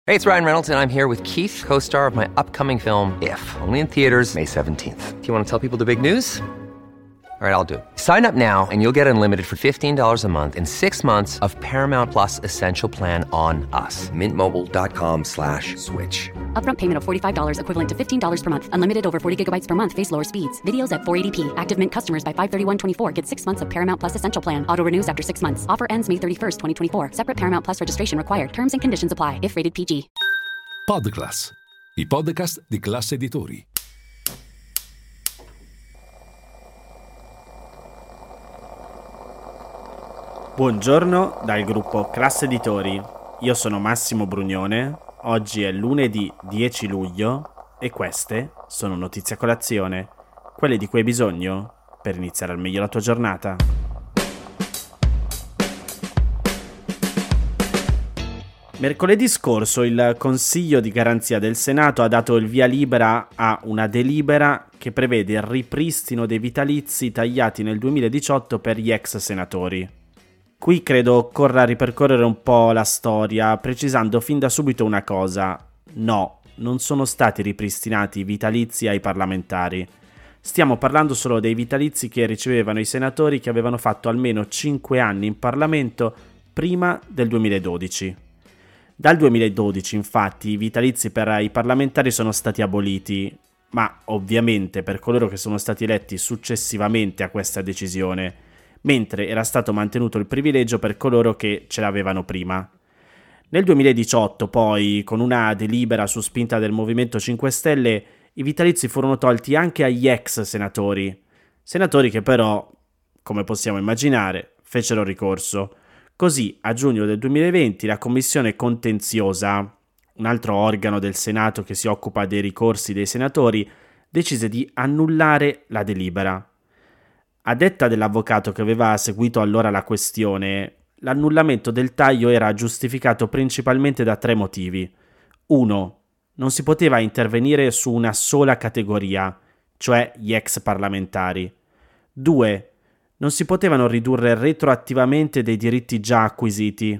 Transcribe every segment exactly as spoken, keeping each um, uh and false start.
Hey, it's Ryan Reynolds, and I'm here with Keith, co-star of my upcoming film, If, only in theaters May seventeenth. Do you want to tell people the big news? All right, I'll do it. Sign up now and you'll get unlimited for fifteen dollars a month and six months of Paramount Plus Essential Plan on us. Mint Mobile dot com slash switch. Upfront payment of forty-five dollars equivalent to fifteen dollars per month. Unlimited over forty gigabytes per month. Face lower speeds. Videos at four eighty p. Active Mint customers by five thirty-one twenty-four get six months of Paramount Plus Essential Plan. Auto renews after six months. Offer ends May thirty-first, twenty twenty-four. Separate Paramount Plus registration required. Terms and conditions apply if rated P G. Podclass, i podcast di Classe Editori. Buongiorno dal gruppo Classe Editori. Io sono Massimo Brugnone. Oggi è lunedì dieci luglio e queste sono notizie a colazione, quelle di cui hai bisogno per iniziare al meglio la tua giornata. Mercoledì scorso il Consiglio di Garanzia del Senato ha dato il via libera a una delibera che prevede il ripristino dei vitalizi tagliati nel duemiladiciotto per gli ex senatori. Qui credo occorra ripercorrere un po' la storia, precisando fin da subito una cosa: no, non sono stati ripristinati i vitalizi ai parlamentari. Stiamo parlando solo dei vitalizi che ricevevano i senatori che avevano fatto almeno cinque anni in Parlamento prima del duemiladodici. Dal duemiladodici, infatti, i vitalizi per i parlamentari sono stati aboliti, ma ovviamente per coloro che sono stati eletti successivamente a questa decisione, mentre era stato mantenuto il privilegio per coloro che ce l'avevano prima. Nel duemiladiciotto, poi, con una delibera su spinta del Movimento cinque Stelle, i vitalizi furono tolti anche agli ex senatori, senatori che però, come possiamo immaginare, fecero ricorso. Così, a giugno del duemilaventi, la Commissione Contenziosa, un altro organo del Senato che si occupa dei ricorsi dei senatori, decise di annullare la delibera. A detta dell'avvocato che aveva seguito allora la questione, l'annullamento del taglio era giustificato principalmente da tre motivi. uno. Non si poteva intervenire su una sola categoria, cioè gli ex parlamentari. due. Non si potevano ridurre retroattivamente dei diritti già acquisiti.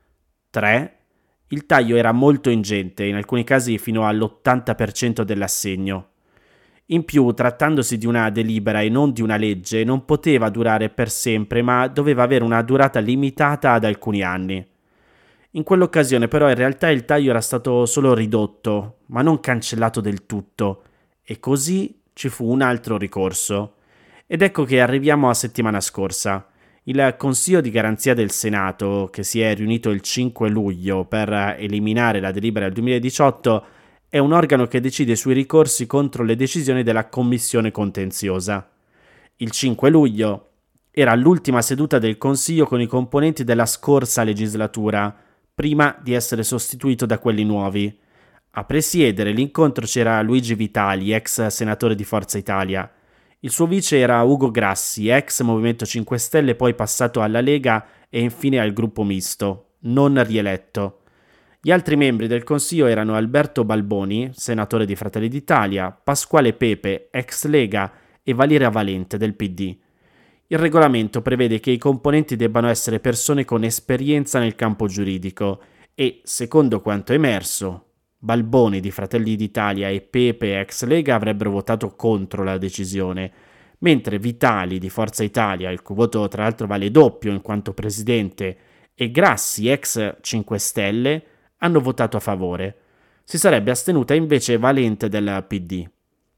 tre. Il taglio era molto ingente, in alcuni casi fino all'ottanta per cento dell'assegno. In più, trattandosi di una delibera e non di una legge, non poteva durare per sempre, ma doveva avere una durata limitata ad alcuni anni. In quell'occasione, però, in realtà il taglio era stato solo ridotto, ma non cancellato del tutto, e così ci fu un altro ricorso. Ed ecco che arriviamo a settimana scorsa. Il Consiglio di Garanzia del Senato, che si è riunito il cinque luglio per eliminare la delibera del duemiladiciotto, è un organo che decide sui ricorsi contro le decisioni della Commissione Contenziosa. Il cinque luglio era l'ultima seduta del Consiglio con i componenti della scorsa legislatura, prima di essere sostituito da quelli nuovi. A presiedere l'incontro c'era Luigi Vitali, ex senatore di Forza Italia. Il suo vice era Ugo Grassi, ex Movimento cinque Stelle, poi passato alla Lega e infine al gruppo misto, non rieletto. Gli altri membri del Consiglio erano Alberto Balboni, senatore di Fratelli d'Italia, Pasquale Pepe, ex Lega, e Valeria Valente del P D. Il regolamento prevede che i componenti debbano essere persone con esperienza nel campo giuridico e, secondo quanto emerso, Balboni di Fratelli d'Italia e Pepe ex Lega avrebbero votato contro la decisione, mentre Vitali di Forza Italia, il cui voto tra l'altro vale doppio in quanto presidente, e Grassi ex cinque Stelle hanno votato a favore. Si sarebbe astenuta invece Valente del P D.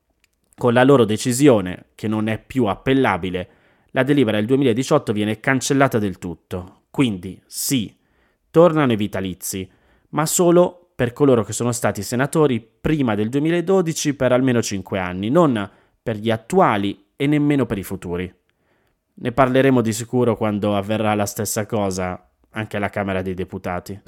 Con la loro decisione, che non è più appellabile, la delibera del duemiladiciotto viene cancellata del tutto. Quindi, sì, tornano i vitalizi, ma solo per coloro che sono stati senatori prima del duemiladodici per almeno cinque anni, non per gli attuali e nemmeno per i futuri. Ne parleremo di sicuro quando avverrà la stessa cosa anche alla Camera dei Deputati.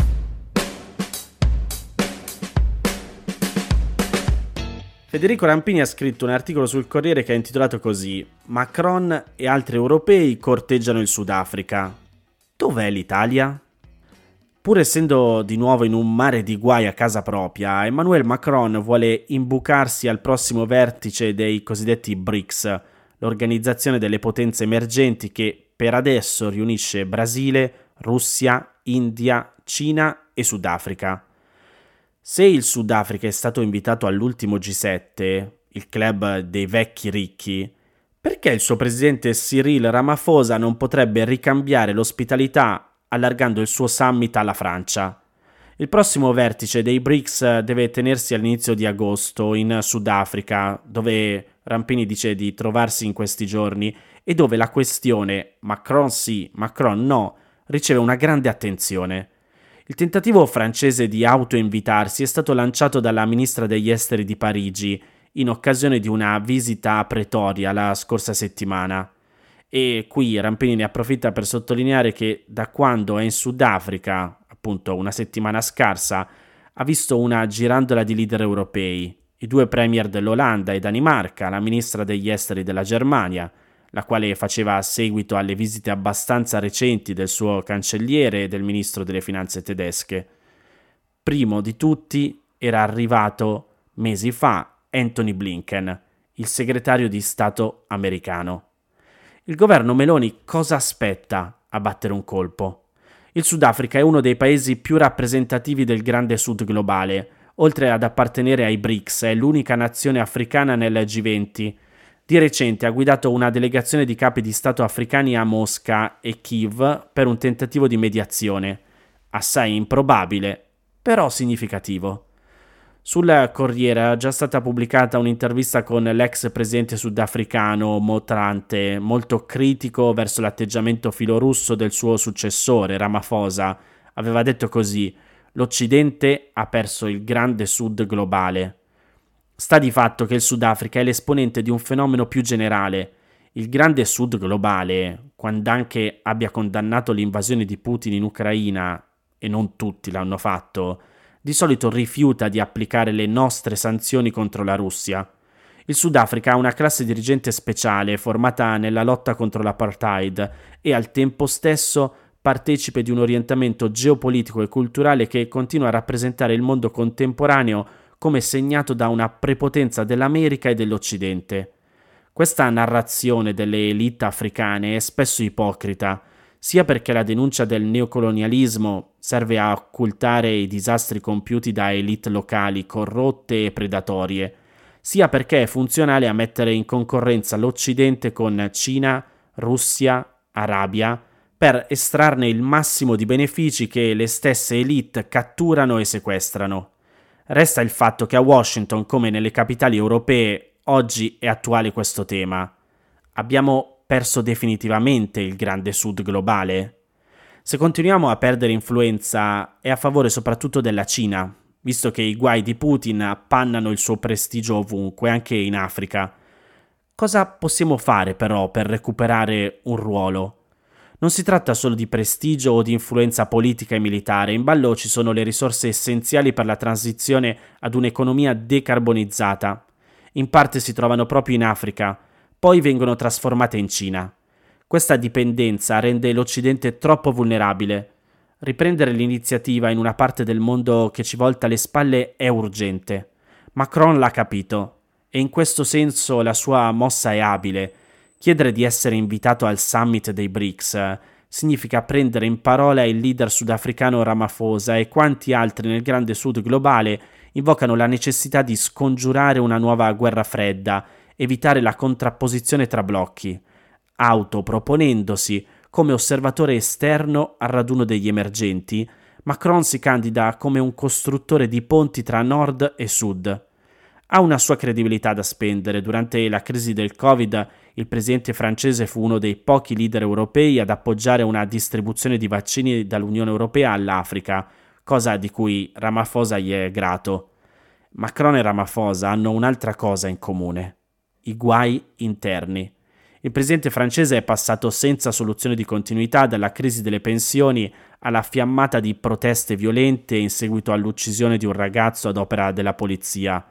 Federico Rampini ha scritto un articolo sul Corriere che è intitolato così: Macron e altri europei corteggiano il Sudafrica. Dov'è l'Italia? Pur essendo di nuovo in un mare di guai a casa propria, Emmanuel Macron vuole imbucarsi al prossimo vertice dei cosiddetti BRICS, l'organizzazione delle potenze emergenti che per adesso riunisce Brasile, Russia, India, Cina e Sudafrica. Se il Sudafrica è stato invitato all'ultimo G sette, il club dei vecchi ricchi, perché il suo presidente Cyril Ramaphosa non potrebbe ricambiare l'ospitalità allargando il suo summit alla Francia? Il prossimo vertice dei B R I C S deve tenersi all'inizio di agosto in Sudafrica, dove Rampini dice di trovarsi in questi giorni e dove la questione Macron sì, Macron no riceve una grande attenzione. Il tentativo francese di autoinvitarsi è stato lanciato dalla ministra degli esteri di Parigi in occasione di una visita a Pretoria la scorsa settimana. E qui Rampini ne approfitta per sottolineare che da quando è in Sudafrica, appunto una settimana scarsa, ha visto una girandola di leader europei, i due premier dell'Olanda e Danimarca, la ministra degli esteri della Germania, la quale faceva seguito alle visite abbastanza recenti del suo cancelliere e del ministro delle finanze tedesche. Primo di tutti era arrivato mesi fa Antony Blinken, il segretario di Stato americano. Il governo Meloni cosa aspetta a battere un colpo? Il Sudafrica è uno dei paesi più rappresentativi del grande sud globale. Oltre ad appartenere ai B R I C S, è l'unica nazione africana nel G venti. Di recente ha guidato una delegazione di capi di Stato africani a Mosca e Kiev per un tentativo di mediazione. Assai improbabile, però significativo. Sul Corriere è già stata pubblicata un'intervista con l'ex presidente sudafricano Motlanthe, molto critico verso l'atteggiamento filorusso del suo successore, Ramaphosa. Aveva detto così: l'Occidente ha perso il grande sud globale. Sta di fatto che il Sudafrica è l'esponente di un fenomeno più generale. Il grande sud globale, quando anche abbia condannato l'invasione di Putin in Ucraina, e non tutti l'hanno fatto, di solito rifiuta di applicare le nostre sanzioni contro la Russia. Il Sudafrica ha una classe dirigente speciale formata nella lotta contro l'apartheid e al tempo stesso partecipe di un orientamento geopolitico e culturale che continua a rappresentare il mondo contemporaneo come segnato da una prepotenza dell'America e dell'Occidente. Questa narrazione delle elite africane è spesso ipocrita, sia perché la denuncia del neocolonialismo serve a occultare i disastri compiuti da elite locali corrotte e predatorie, sia perché è funzionale a mettere in concorrenza l'Occidente con Cina, Russia, Arabia, per estrarne il massimo di benefici che le stesse elite catturano e sequestrano. Resta il fatto che a Washington, come nelle capitali europee, oggi è attuale questo tema. Abbiamo perso definitivamente il grande sud globale? Se continuiamo a perdere influenza è a favore soprattutto della Cina, visto che i guai di Putin appannano il suo prestigio ovunque, anche in Africa. Cosa possiamo fare però per recuperare un ruolo? Non si tratta solo di prestigio o di influenza politica e militare, in ballo ci sono le risorse essenziali per la transizione ad un'economia decarbonizzata. In parte si trovano proprio in Africa, poi vengono trasformate in Cina. Questa dipendenza rende l'Occidente troppo vulnerabile. Riprendere l'iniziativa in una parte del mondo che ci volta le spalle è urgente. Macron l'ha capito, e in questo senso la sua mossa è abile. Chiedere di essere invitato al summit dei B R I C S significa prendere in parola il leader sudafricano Ramaphosa e quanti altri nel grande sud globale invocano la necessità di scongiurare una nuova guerra fredda, evitare la contrapposizione tra blocchi, autoproponendosi come osservatore esterno al raduno degli emergenti. Macron si candida come un costruttore di ponti tra nord e sud. Ha una sua credibilità da spendere. Durante la crisi del Covid, il presidente francese fu uno dei pochi leader europei ad appoggiare una distribuzione di vaccini dall'Unione Europea all'Africa, cosa di cui Ramaphosa gli è grato. Macron e Ramaphosa hanno un'altra cosa in comune: i guai interni. Il presidente francese è passato senza soluzione di continuità dalla crisi delle pensioni alla fiammata di proteste violente in seguito all'uccisione di un ragazzo ad opera della polizia.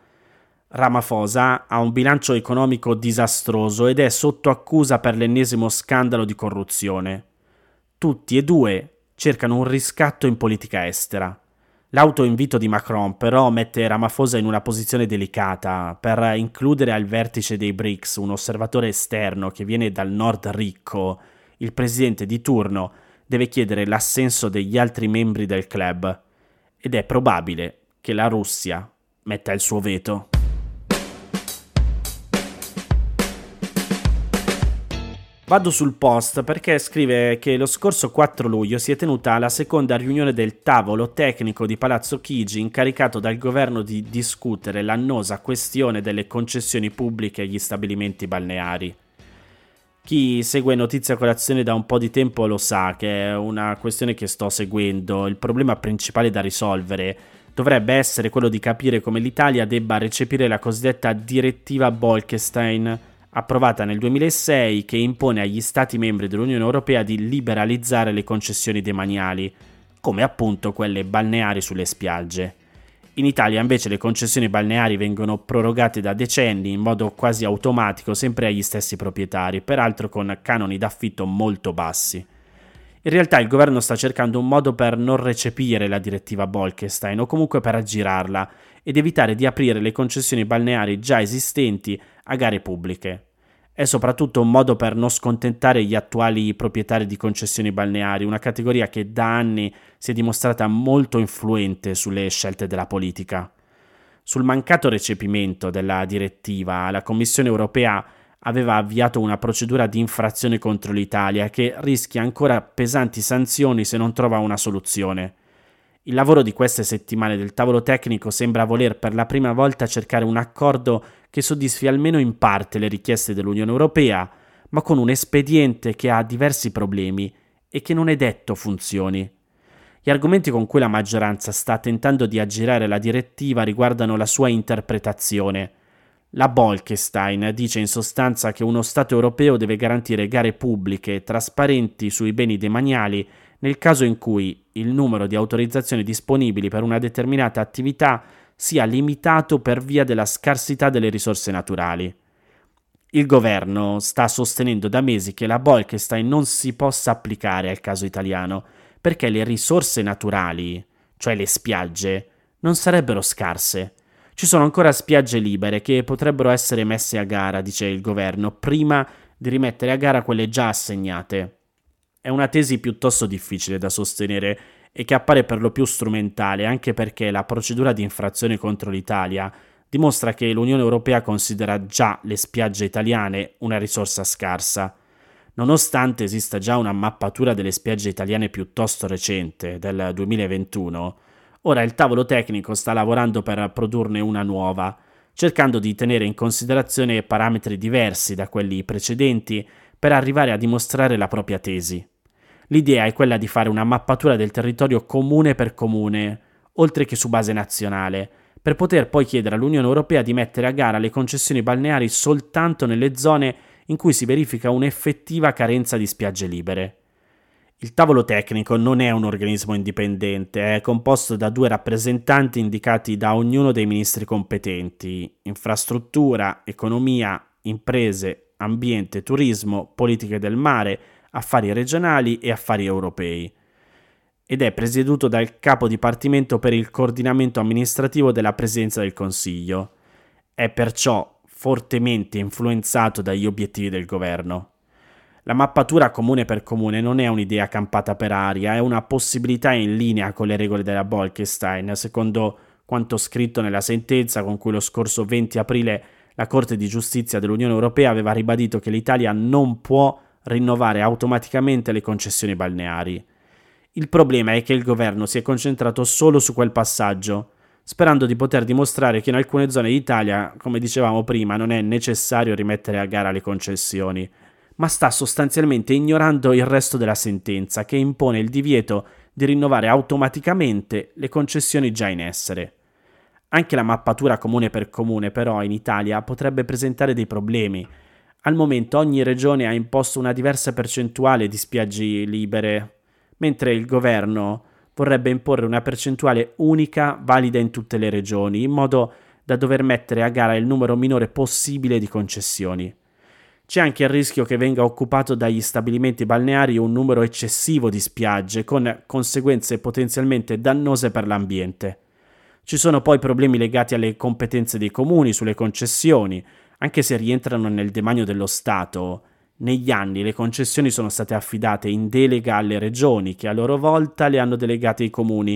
Ramaphosa ha un bilancio economico disastroso ed è sotto accusa per l'ennesimo scandalo di corruzione. Tutti e due cercano un riscatto in politica estera. L'autoinvito di Macron però mette Ramaphosa in una posizione delicata. Per includere al vertice dei B R I C S un osservatore esterno che viene dal nord ricco, il presidente di turno deve chiedere l'assenso degli altri membri del club, ed è probabile che la Russia metta il suo veto. Vado sul Post perché scrive che lo scorso quattro luglio si è tenuta la seconda riunione del tavolo tecnico di Palazzo Chigi incaricato dal governo di discutere l'annosa questione delle concessioni pubbliche agli stabilimenti balneari. Chi segue Notizia Colazione da un po' di tempo lo sa che è una questione che sto seguendo. Il problema principale da risolvere dovrebbe essere quello di capire come l'Italia debba recepire la cosiddetta direttiva Bolkestein, approvata nel duemilasei, che impone agli Stati membri dell'Unione Europea di liberalizzare le concessioni demaniali, come appunto quelle balneari sulle spiagge. In Italia invece le concessioni balneari vengono prorogate da decenni in modo quasi automatico sempre agli stessi proprietari, peraltro con canoni d'affitto molto bassi. In realtà il governo sta cercando un modo per non recepire la direttiva Bolkestein o comunque per aggirarla ed evitare di aprire le concessioni balneari già esistenti a gare pubbliche. È soprattutto un modo per non scontentare gli attuali proprietari di concessioni balneari, una categoria che da anni si è dimostrata molto influente sulle scelte della politica. Sul mancato recepimento della direttiva, la Commissione europea aveva avviato una procedura di infrazione contro l'Italia che rischia ancora pesanti sanzioni se non trova una soluzione. Il lavoro di queste settimane del tavolo tecnico sembra voler per la prima volta cercare un accordo che soddisfi almeno in parte le richieste dell'Unione Europea, ma con un espediente che ha diversi problemi e che non è detto funzioni. Gli argomenti con cui la maggioranza sta tentando di aggirare la direttiva riguardano la sua interpretazione. La Bolkestein dice in sostanza che uno Stato europeo deve garantire gare pubbliche trasparenti sui beni demaniali nel caso in cui il numero di autorizzazioni disponibili per una determinata attività sia limitato per via della scarsità delle risorse naturali. Il governo sta sostenendo da mesi che la Bolkestein non si possa applicare al caso italiano perché le risorse naturali, cioè le spiagge, non sarebbero scarse. Ci sono ancora spiagge libere che potrebbero essere messe a gara, dice il governo, prima di rimettere a gara quelle già assegnate. È una tesi piuttosto difficile da sostenere e che appare per lo più strumentale, anche perché la procedura di infrazione contro l'Italia dimostra che l'Unione Europea considera già le spiagge italiane una risorsa scarsa. Nonostante esista già una mappatura delle spiagge italiane piuttosto recente, del duemilaventuno, ora il tavolo tecnico sta lavorando per produrne una nuova, cercando di tenere in considerazione parametri diversi da quelli precedenti per arrivare a dimostrare la propria tesi. L'idea è quella di fare una mappatura del territorio comune per comune, oltre che su base nazionale, per poter poi chiedere all'Unione Europea di mettere a gara le concessioni balneari soltanto nelle zone in cui si verifica un'effettiva carenza di spiagge libere. Il tavolo tecnico non è un organismo indipendente, è composto da due rappresentanti indicati da ognuno dei ministri competenti: infrastruttura, economia, imprese, ambiente, turismo, politiche del mare, affari regionali e affari europei. Ed è presieduto dal capo dipartimento per il coordinamento amministrativo della Presidenza del Consiglio. È perciò fortemente influenzato dagli obiettivi del governo. La mappatura comune per comune non è un'idea campata per aria, è una possibilità in linea con le regole della Bolkestein, secondo quanto scritto nella sentenza con cui lo scorso venti aprile la Corte di Giustizia dell'Unione Europea aveva ribadito che l'Italia non può rinnovare automaticamente le concessioni balneari. Il problema è che il governo si è concentrato solo su quel passaggio, sperando di poter dimostrare che in alcune zone d'Italia, come dicevamo prima, non è necessario rimettere a gara le concessioni, ma sta sostanzialmente ignorando il resto della sentenza, che impone il divieto di rinnovare automaticamente le concessioni già in essere. Anche la mappatura comune per comune, però, in Italia potrebbe presentare dei problemi. Al momento ogni regione ha imposto una diversa percentuale di spiagge libere, mentre il governo vorrebbe imporre una percentuale unica valida in tutte le regioni, in modo da dover mettere a gara il numero minore possibile di concessioni. C'è anche il rischio che venga occupato dagli stabilimenti balneari un numero eccessivo di spiagge, con conseguenze potenzialmente dannose per l'ambiente. Ci sono poi problemi legati alle competenze dei comuni sulle concessioni, anche se rientrano nel demanio dello Stato. Negli anni le concessioni sono state affidate in delega alle regioni, che a loro volta le hanno delegate ai comuni,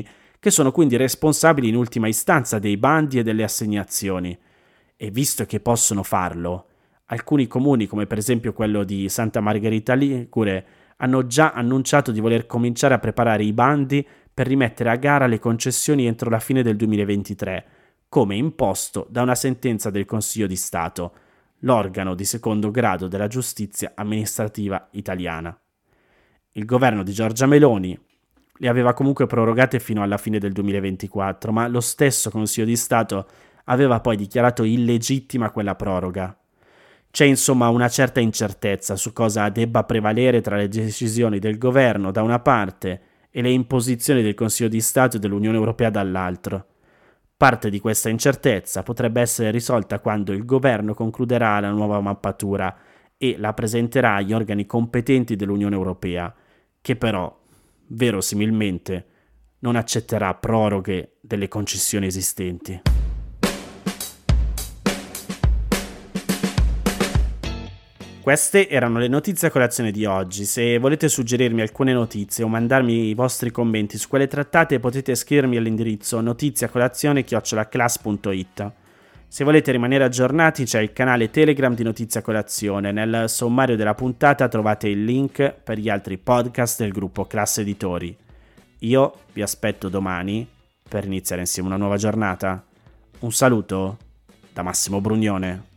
che sono quindi responsabili in ultima istanza dei bandi e delle assegnazioni. E visto che possono farlo, alcuni comuni, come per esempio quello di Santa Margherita Ligure, hanno già annunciato di voler cominciare a preparare i bandi per rimettere a gara le concessioni entro la fine del duemilaventitré, come imposto da una sentenza del Consiglio di Stato, l'organo di secondo grado della giustizia amministrativa italiana. Il governo di Giorgia Meloni le aveva comunque prorogate fino alla fine del duemilaventiquattro, ma lo stesso Consiglio di Stato aveva poi dichiarato illegittima quella proroga. C'è insomma una certa incertezza su cosa debba prevalere tra le decisioni del governo da una parte e le imposizioni del Consiglio di Stato e dell'Unione Europea dall'altro. Parte di questa incertezza potrebbe essere risolta quando il governo concluderà la nuova mappatura e la presenterà agli organi competenti dell'Unione Europea, che però, verosimilmente, non accetterà proroghe delle concessioni esistenti. Queste erano le notizie a colazione di oggi. Se volete suggerirmi alcune notizie o mandarmi i vostri commenti su quelle trattate, potete scrivermi all'indirizzo notiziacolazione chiocciola class punto it. Se volete rimanere aggiornati c'è il canale Telegram di Notizia Colazione. Nel sommario della puntata trovate il link per gli altri podcast del gruppo Class Editori. Io vi aspetto domani per iniziare insieme una nuova giornata. Un saluto da Massimo Brugnone.